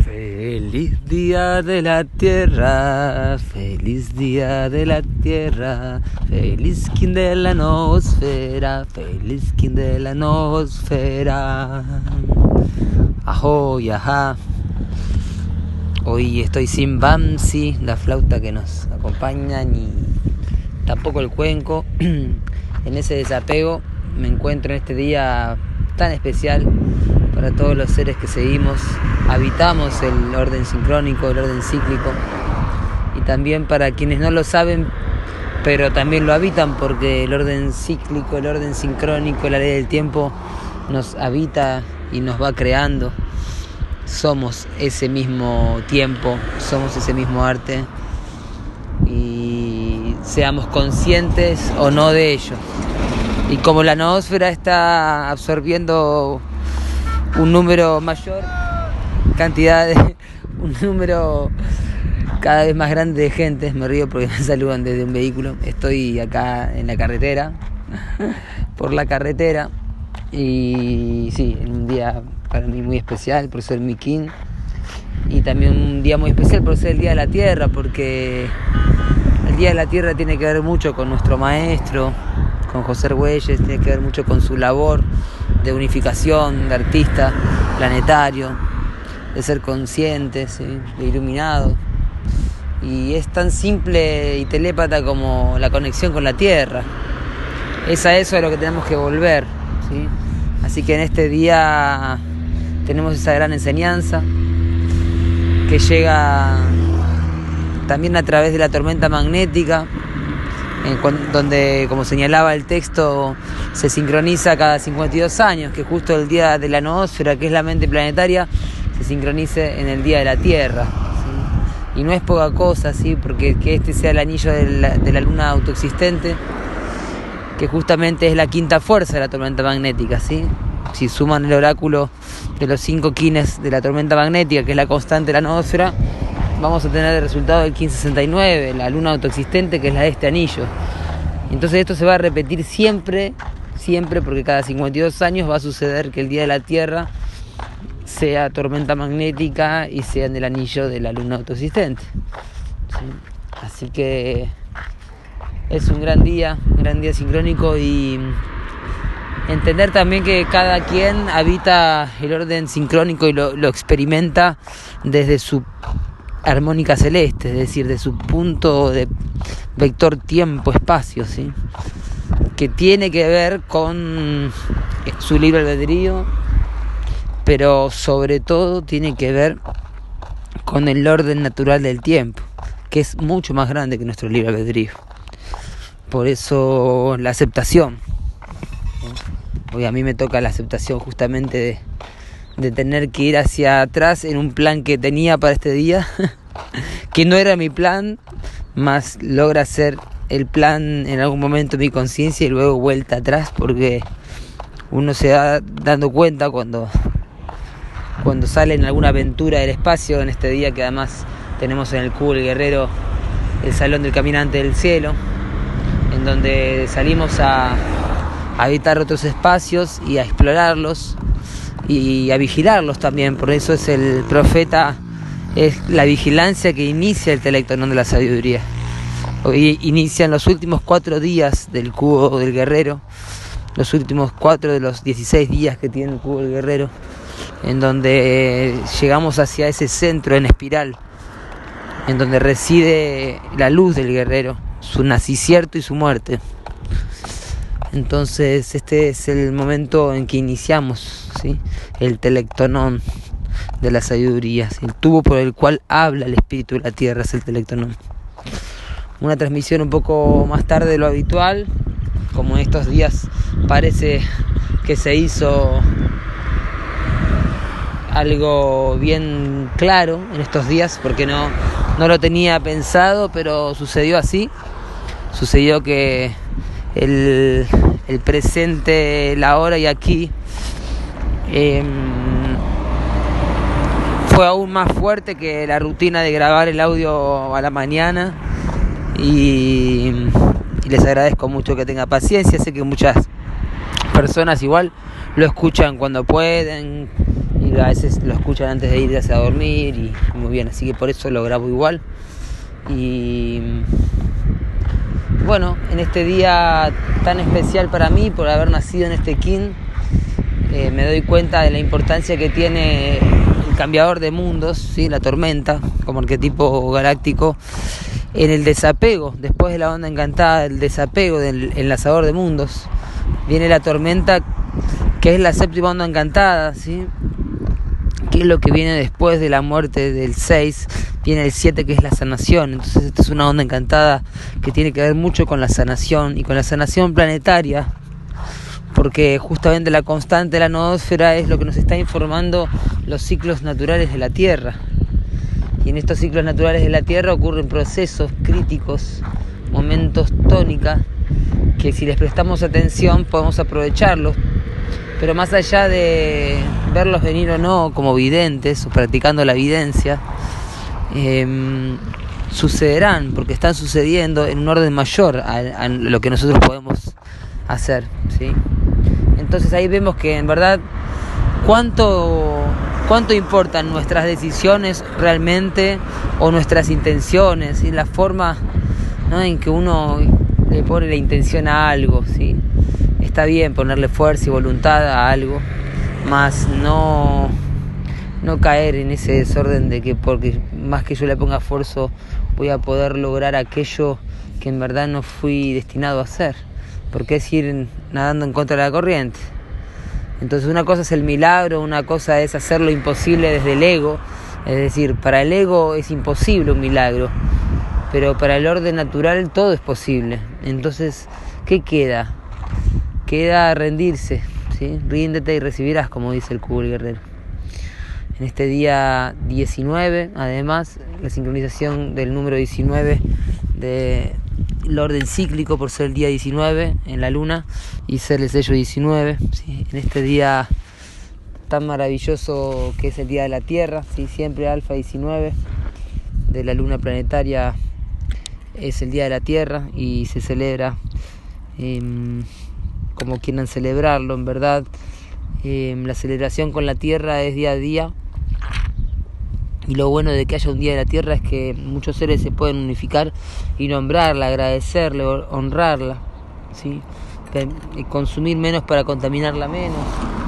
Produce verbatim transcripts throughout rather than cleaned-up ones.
Feliz día de la tierra, feliz día de la tierra, feliz king de la noosfera, feliz king de la noosfera. Ahoy, ajá. Hoy estoy sin Bamsi, la flauta que nos acompaña, ni tampoco el cuenco. En ese desapego me encuentro en este día tan especial para todos los seres que seguimos, habitamos el orden sincrónico, el orden cíclico, y también para quienes no lo saben, pero también lo habitan, porque el orden cíclico, el orden sincrónico, la ley del tiempo nos habita y nos va creando. Somos ese mismo tiempo, somos ese mismo arte, y seamos conscientes o no de ello. Y como la noósfera está absorbiendo un número mayor, cantidad de, un número cada vez más grande de gente, me río porque me saludan desde un vehículo, estoy acá en la carretera, por la carretera, y sí, en un día para mí muy especial por ser mi king, y también un día muy especial por ser el Día de la Tierra, porque el Día de la Tierra tiene que ver mucho con nuestro maestro, con José Argüelles, tiene que ver mucho con su labor de unificación, de artista planetario, de ser consciente, ¿sí?, de iluminado. Y es tan simple y telépata como la conexión con la Tierra. Es a eso a lo que tenemos que volver, ¿sí? Así que en este día tenemos esa gran enseñanza que llega también a través de la tormenta magnética, en cu- donde, como señalaba el texto, se sincroniza cada cincuenta y dos años, que justo el día de la noósfera, que es la mente planetaria, se sincronice en el día de la Tierra, ¿sí? Y no es poca cosa, ¿sí?, porque que este sea el anillo de la, de la luna autoexistente, que justamente es la quinta fuerza de la tormenta magnética, ¿sí? Si suman el oráculo de los cinco kines de la tormenta magnética, que es la constante de la noósfera, vamos a tener el resultado del quince sesenta y nueve, la luna autoexistente, que es la de este anillo. Entonces esto se va a repetir siempre, siempre, porque cada cincuenta y dos años va a suceder que el día de la Tierra sea tormenta magnética y sea en el anillo de la luna autoexistente, ¿sí? Así que es un gran día, un gran día sincrónico, y entender también que cada quien habita el orden sincrónico y lo, lo experimenta desde su armónica celeste, es decir, de su punto de vector tiempo-espacio, ¿sí?, que tiene que ver con su libre albedrío, pero sobre todo tiene que ver con el orden natural del tiempo, que es mucho más grande que nuestro libre albedrío. Por eso la aceptación. Hoy a mí me toca la aceptación justamente de de tener que ir hacia atrás en un plan que tenía para este día, que no era mi plan, más logra ser el plan en algún momento de mi conciencia y luego vuelta atrás, porque uno se va dando cuenta cuando, cuando sale en alguna aventura del espacio, en este día que además tenemos en el Cubo del Guerrero el Salón del Caminante del Cielo, en donde salimos a, a habitar otros espacios y a explorarlos, y a vigilarlos también. Por eso es el profeta, es la vigilancia que inicia el telectonón de la sabiduría. Hoy inician los últimos cuatro días del Cubo del Guerrero, los últimos cuatro de los dieciséis días que tiene el Cubo del Guerrero, en donde llegamos hacia ese centro en espiral, en donde reside la luz del guerrero, su nacimiento y su muerte. Entonces este es el momento en que iniciamos, ¿sí?, el telectonón de la sabiduría, ¿sí? El tubo por el cual habla el espíritu de la tierra es el telectonón. Una transmisión un poco más tarde de lo habitual, como en estos días parece que se hizo algo bien claro en estos días, porque no, no lo tenía pensado, pero sucedió así. Sucedió que el, el presente, el ahora y aquí, eh, fue aún más fuerte que la rutina de grabar el audio a la mañana, y, y les agradezco mucho que tengan paciencia. Sé que muchas personas igual lo escuchan cuando pueden y y a veces lo escuchan antes de irse a dormir y muy bien, así que por eso lo grabo igual. Y bueno, en este día tan especial para mí, por haber nacido en este kin, eh, me doy cuenta de la importancia que tiene el cambiador de mundos, ¿sí? La tormenta, como arquetipo galáctico, en el desapego. Después de la onda encantada, el desapego del enlazador de mundos, viene la tormenta, que es la séptima onda encantada, ¿sí? Que es lo que viene después de la muerte del seis, viene el siete, que es la sanación. Entonces esta es una onda encantada que tiene que ver mucho con la sanación y con la sanación planetaria, porque justamente la constante de la noósfera es lo que nos está informando los ciclos naturales de la Tierra. Y en estos ciclos naturales de la Tierra ocurren procesos críticos, momentos tónica, que si les prestamos atención podemos aprovecharlos. Pero más allá de verlos venir o no como videntes o practicando la videncia, eh, sucederán, porque están sucediendo en un orden mayor a, a lo que nosotros podemos hacer, ¿sí? Entonces ahí vemos que en verdad cuánto, cuánto importan nuestras decisiones realmente, o nuestras intenciones, ¿sí? La forma, ¿no?, en que uno le pone la intención a algo, ¿sí? Está bien ponerle fuerza y voluntad a algo, más no, no caer en ese desorden de que porque más que yo le ponga esfuerzo voy a poder lograr aquello que en verdad no fui destinado a hacer, porque es ir nadando en contra de la corriente. Entonces una cosa es el milagro, una cosa es hacer lo imposible desde el ego, es decir, para el ego es imposible un milagro, pero para el orden natural todo es posible. Entonces, ¿qué queda? Queda rendirse, ¿sí? Ríndete y recibirás, como dice el Cubo del Guerrero. En este día diecinueve, además, la sincronización del número diecinueve del orden cíclico, por ser el día diecinueve en la luna y ser el sello diecinueve, ¿sí? En este día tan maravilloso que es el día de la Tierra, ¿sí? Siempre alfa diecinueve de la luna planetaria es el día de la Tierra y se celebra eh, como quieran celebrarlo, en verdad. Eh, la celebración con la Tierra es día a día, y lo bueno de que haya un día de la Tierra es que muchos seres se pueden unificar y nombrarla, agradecerle, honrarla, ¿sí? Consumir menos para contaminarla menos,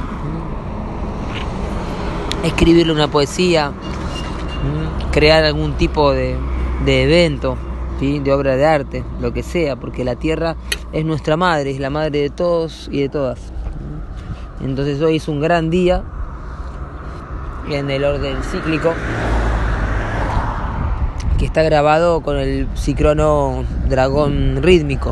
¿sí? Escribirle una poesía, ¿sí? Crear algún tipo de, de evento, ¿sí? De obra de arte, lo que sea, porque la Tierra es nuestra madre, es la madre de todos y de todas. Entonces hoy es un gran día en el orden cíclico, que está grabado con el Psicrono Dragón Rítmico.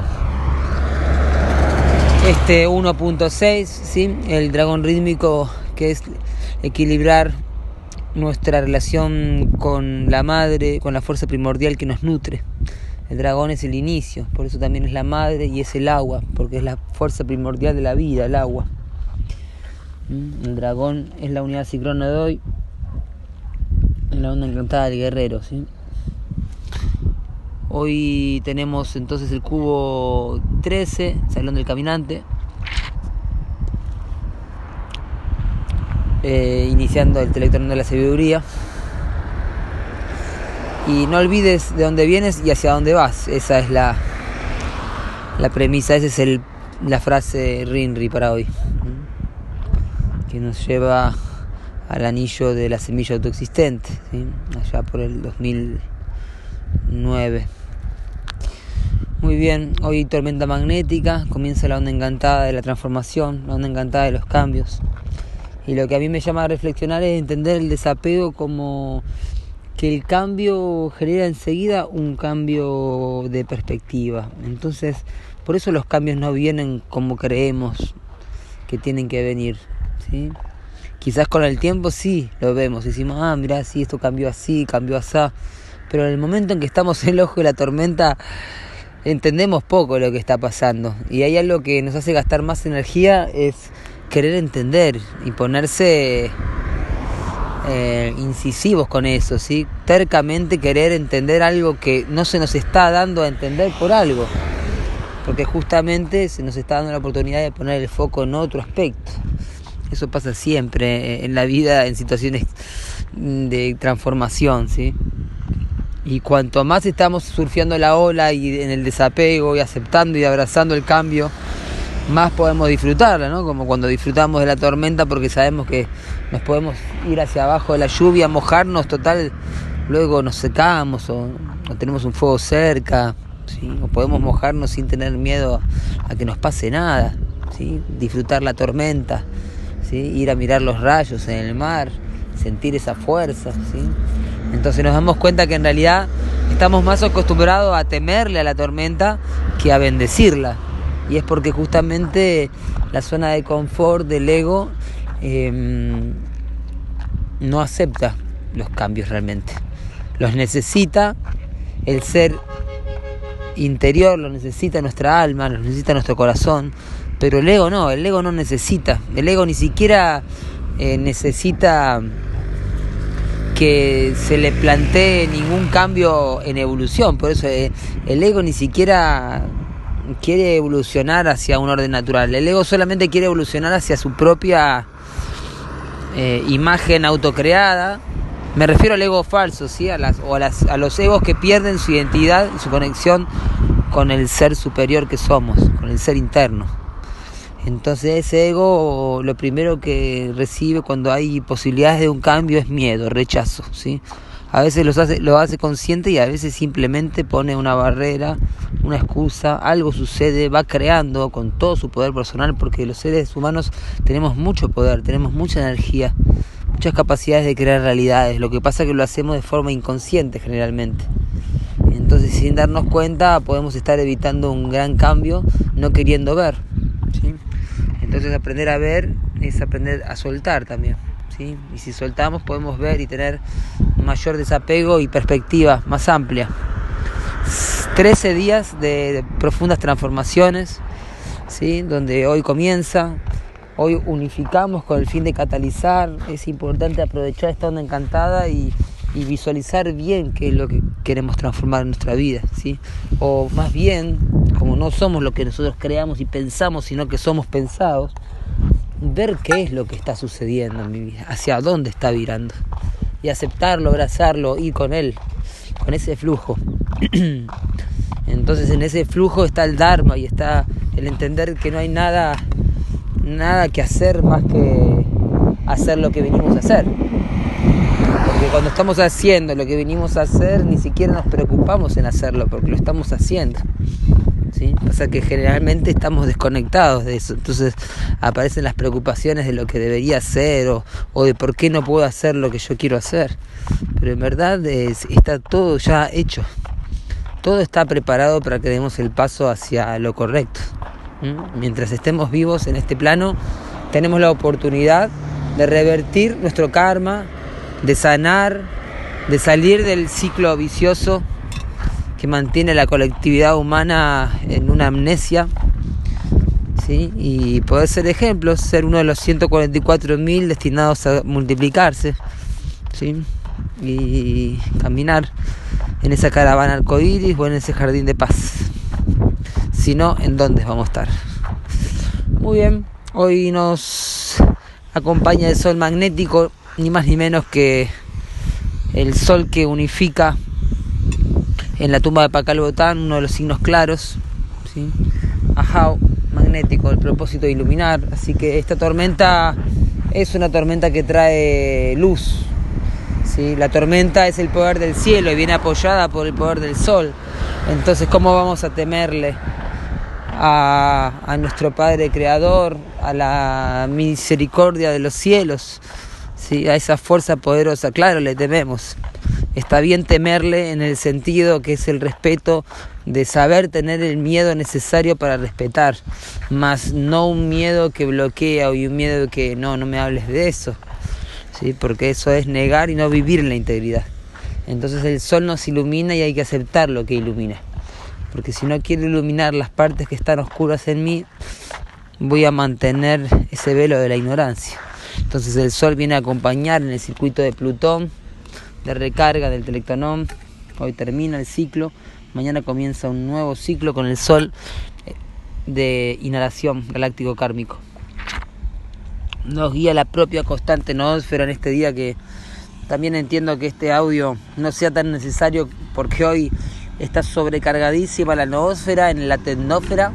Este uno punto seis, ¿sí? El dragón rítmico, que es equilibrar nuestra relación con la madre, con la fuerza primordial que nos nutre. El dragón es el inicio, por eso también es la madre, y es el agua, porque es la fuerza primordial de la vida, el agua. El dragón es la unidad sincrona de hoy, en la onda encantada del guerrero, ¿sí? Hoy tenemos entonces el cubo trece, Salón del Caminante, eh, iniciando el telectrón de la sabiduría. Y no olvides de dónde vienes y hacia dónde vas. Esa es la, la premisa, esa es el, la frase Rinri para hoy, que nos lleva al anillo de la semilla autoexistente, ¿sí? Allá por el dos mil nueve. Muy bien, hoy tormenta magnética, comienza la onda encantada de la transformación, la onda encantada de los cambios. Y lo que a mí me llama a reflexionar es entender el desapego como que el cambio genera enseguida un cambio de perspectiva. Entonces, por eso los cambios no vienen como creemos que tienen que venir, ¿sí? Quizás con el tiempo sí lo vemos, decimos, ah, mirá, sí, esto cambió así, cambió así. Pero en el momento en que estamos en el ojo de la tormenta, entendemos poco lo que está pasando. Y hay algo que nos hace gastar más energía, es querer entender y ponerse eh, incisivos con eso, ¿sí? Tercamente querer entender algo que no se nos está dando a entender por algo, porque justamente se nos está dando la oportunidad de poner el foco en otro aspecto. Eso pasa siempre en la vida, en situaciones de transformación, ¿sí? Y cuanto más estamos surfeando la ola y en el desapego y aceptando y abrazando el cambio, más podemos disfrutarla, ¿no? Como cuando disfrutamos de la tormenta porque sabemos que nos podemos ir hacia abajo de la lluvia, mojarnos, total, luego nos secamos o, o tenemos un fuego cerca, ¿sí? O podemos mojarnos sin tener miedo a que nos pase nada, ¿sí? Disfrutar la tormenta, ¿sí? Ir a mirar los rayos en el mar, sentir esa fuerza, ¿sí? Entonces nos damos cuenta que en realidad estamos más acostumbrados a temerle a la tormenta que a bendecirla. Y es porque justamente la zona de confort del ego eh, no acepta los cambios realmente. Los necesita el ser interior, lo necesita nuestra alma, lo necesita nuestro corazón, pero el ego no, el ego no necesita. El ego ni siquiera eh, necesita que se le plantee ningún cambio en evolución. Por eso eh, el ego ni siquiera quiere evolucionar hacia un orden natural. El ego solamente quiere evolucionar hacia su propia eh, imagen autocreada. Me refiero al ego falso, ¿sí? a, las, o a, las, a los egos que pierden su identidad y su conexión con el ser superior que somos, con el ser interno. Entonces ese ego lo primero que recibe cuando hay posibilidades de un cambio es miedo, rechazo, ¿sí? A veces los hace, lo hace consciente y a veces simplemente pone una barrera, una excusa, algo sucede, va creando con todo su poder personal, porque los seres humanos tenemos mucho poder, tenemos mucha energía, muchas capacidades de crear realidades. Lo que pasa es que lo hacemos de forma inconsciente generalmente. Entonces sin darnos cuenta podemos estar evitando un gran cambio no queriendo ver, ¿sí? Entonces aprender a ver es aprender a soltar también, ¿sí? Y si soltamos podemos ver y tener mayor desapego y perspectiva más amplia. trece días de, de profundas transformaciones, ¿sí? Donde hoy comienza, hoy unificamos con el fin de catalizar. Es importante aprovechar esta onda encantada y, y visualizar bien qué es lo que queremos transformar en nuestra vida, ¿sí? O más bien, como no somos lo que nosotros creamos y pensamos, sino que somos pensados, ver qué es lo que está sucediendo en mi vida, hacia dónde está virando, y aceptarlo, abrazarlo, ir con él, con ese flujo. Entonces en ese flujo está el Dharma y está el entender que no hay nada, nada que hacer más que hacer lo que venimos a hacer. Porque cuando estamos haciendo lo que venimos a hacer, ni siquiera nos preocupamos en hacerlo, porque lo estamos haciendo, ¿sí? Pasa que generalmente estamos desconectados de eso. Entonces aparecen las preocupaciones de lo que debería hacer o, o de por qué no puedo hacer lo que yo quiero hacer. Pero en verdad es, está todo ya hecho. Todo está preparado para que demos el paso hacia lo correcto. ¿Mm? Mientras estemos vivos en este plano, tenemos la oportunidad de revertir nuestro karma, de sanar, de salir del ciclo vicioso que mantiene la colectividad humana en una amnesia, ¿sí? Y poder ser ejemplos, ser uno de los ciento cuarenta y cuatro mil destinados a multiplicarse, ¿sí? Y caminar en esa caravana arcoíris o en ese jardín de paz. Si no, ¿en dónde vamos a estar? Muy bien, hoy nos acompaña el sol magnético, ni más ni menos que el sol que unifica en la tumba de Pakal Botán, uno de los signos claros, ¿sí? Ahau, magnético, el propósito de iluminar. Así que esta tormenta es una tormenta que trae luz, ¿sí? La tormenta es el poder del cielo y viene apoyada por el poder del sol. Entonces, ¿cómo vamos a temerle a, a nuestro Padre Creador, a la misericordia de los cielos, ¿sí? A esa fuerza poderosa? Claro, le tememos. Está bien temerle en el sentido que es el respeto de saber tener el miedo necesario para respetar, más no un miedo que bloquea o un miedo que no, no me hables de eso, ¿sí? Porque eso es negar y no vivir en la integridad. Entonces el sol nos ilumina y hay que aceptar lo que ilumina, porque si no quiero iluminar las partes que están oscuras en mí, voy a mantener ese velo de la ignorancia. Entonces el sol viene a acompañar en el circuito de Plutón, de recarga del Telectonón. Hoy termina el ciclo, mañana comienza un nuevo ciclo con el sol de inhalación galáctico kármico. nos guía la propia constante noósfera en este día, que también entiendo que este audio no sea tan necesario porque hoy está sobrecargadísima la noósfera en la tecnósfera,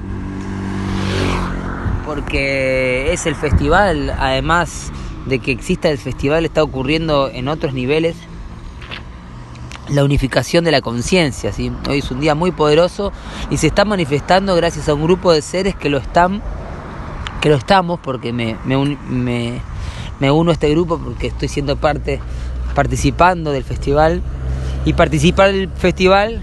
porque es el festival. Además de que exista el festival, está ocurriendo en otros niveles la unificación de la conciencia, ¿sí? Hoy es un día muy poderoso y se está manifestando gracias a un grupo de seres que lo están, que lo estamos, porque me, me, me, me uno a este grupo porque estoy siendo parte, participando del festival. Y participar del festival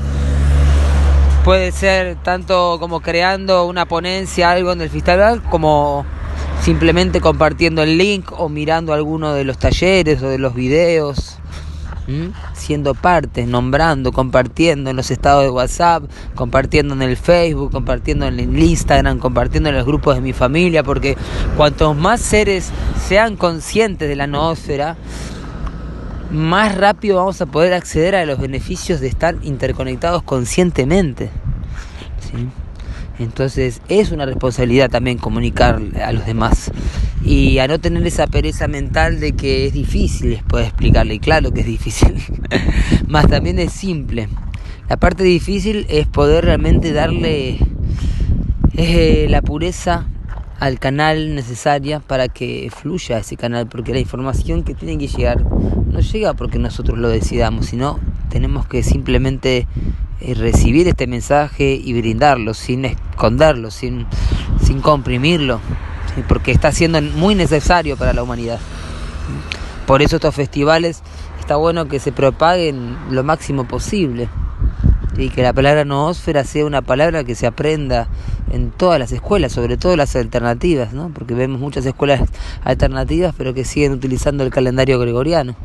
puede ser tanto como creando una ponencia, algo en el festival, como simplemente compartiendo el link o mirando alguno de los talleres o de los videos. ¿Mm? Siendo parte, nombrando, compartiendo en los estados de WhatsApp, compartiendo en el Facebook, compartiendo en el Instagram, compartiendo en los grupos de mi familia, porque cuantos más seres sean conscientes de la noósfera, más rápido vamos a poder acceder a los beneficios de estar interconectados conscientemente, ¿sí? Entonces es una responsabilidad también comunicar a los demás y a no tener esa pereza mental de que es difícil después explicarle. Y claro que es difícil, más también es simple. La parte difícil es poder realmente darle eh, la pureza al canal necesaria para que fluya ese canal, porque la información que tiene que llegar no llega porque nosotros lo decidamos, sino tenemos que simplemente eh, recibir este mensaje y brindarlo sin esconderlo, sin, sin comprimirlo, ¿sí? Porque está siendo muy necesario para la humanidad. Por eso estos festivales está bueno que se propaguen lo máximo posible y que la palabra noósfera sea una palabra que se aprenda en todas las escuelas, sobre todo las alternativas, ¿no? Porque vemos muchas escuelas alternativas pero que siguen utilizando el calendario gregoriano.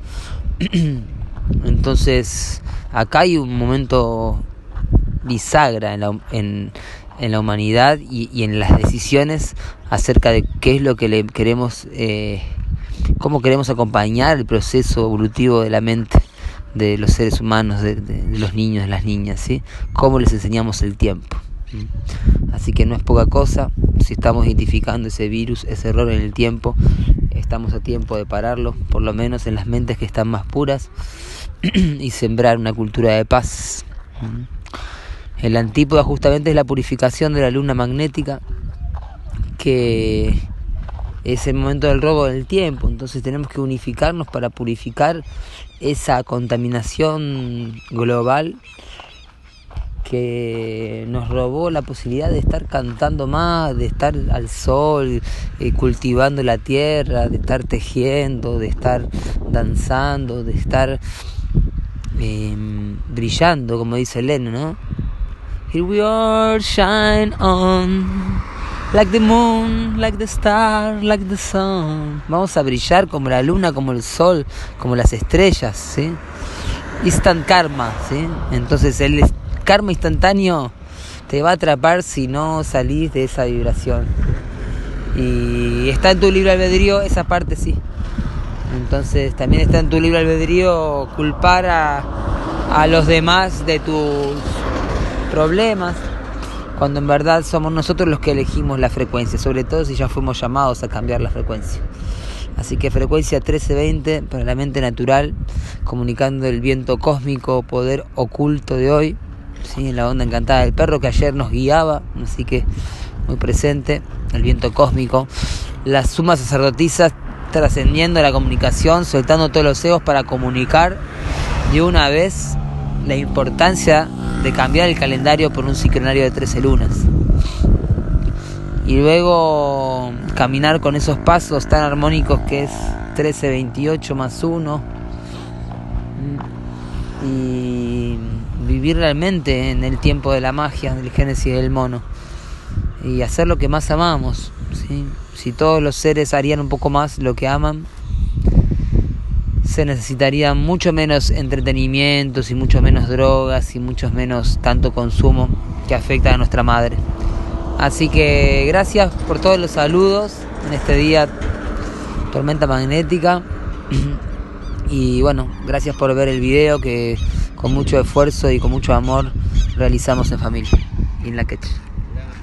Entonces acá hay un momento bisagra en la, en, en la humanidad y, y en las decisiones acerca de qué es lo que le queremos, eh, cómo queremos acompañar el proceso evolutivo de la mente de los seres humanos, de, de, de los niños, de las niñas, ¿sí? Cómo les enseñamos el tiempo. Así que no es poca cosa. Si estamos identificando ese virus, ese error en el tiempo, estamos a tiempo de pararlo, por lo menos en las mentes que están más puras, y sembrar una cultura de paz. El antípoda justamente es la purificación de la luna magnética, que es el momento del robo del tiempo. Entonces tenemos que unificarnos para purificar esa contaminación global que nos robó la posibilidad de estar cantando más, de estar al sol, eh, cultivando la tierra, de estar tejiendo, de estar danzando, de estar eh, brillando, como dice Lennon, ¿no? Here we are, shine on, like the moon, like the star, like the sun. Vamos a brillar como la luna, como el sol, como las estrellas, ¿sí? Instant karma, ¿sí? Entonces el karma instantáneo te va a atrapar si no salís de esa vibración. Y está en tu libre albedrío esa parte, sí. Entonces también está en tu libre albedrío culpar a, a los demás de tus problemas, cuando en verdad somos nosotros los que elegimos la frecuencia, sobre todo si ya fuimos llamados a cambiar la frecuencia. Así que frecuencia trece veinte para la mente natural, comunicando el viento cósmico, poder oculto de hoy, ¿sí? En la onda encantada del perro que ayer nos guiaba, así que muy presente el viento cósmico. Las sumas sacerdotisas trascendiendo la comunicación, soltando todos los egos para comunicar de una vez la importancia de cambiar el calendario por un sincronario de trece lunas. Y luego caminar con esos pasos tan armónicos que es trece veintiocho más uno. Y vivir realmente en el tiempo de la magia, del génesis del mono. Y hacer lo que más amamos, ¿sí? Si todos los seres harían un poco más lo que aman, se necesitaría mucho menos entretenimientos y mucho menos drogas y mucho menos tanto consumo que afecta a nuestra madre. Así que gracias por todos los saludos en este día tormenta magnética. Y bueno, gracias por ver el video que con mucho esfuerzo y con mucho amor realizamos en familia. In la queche.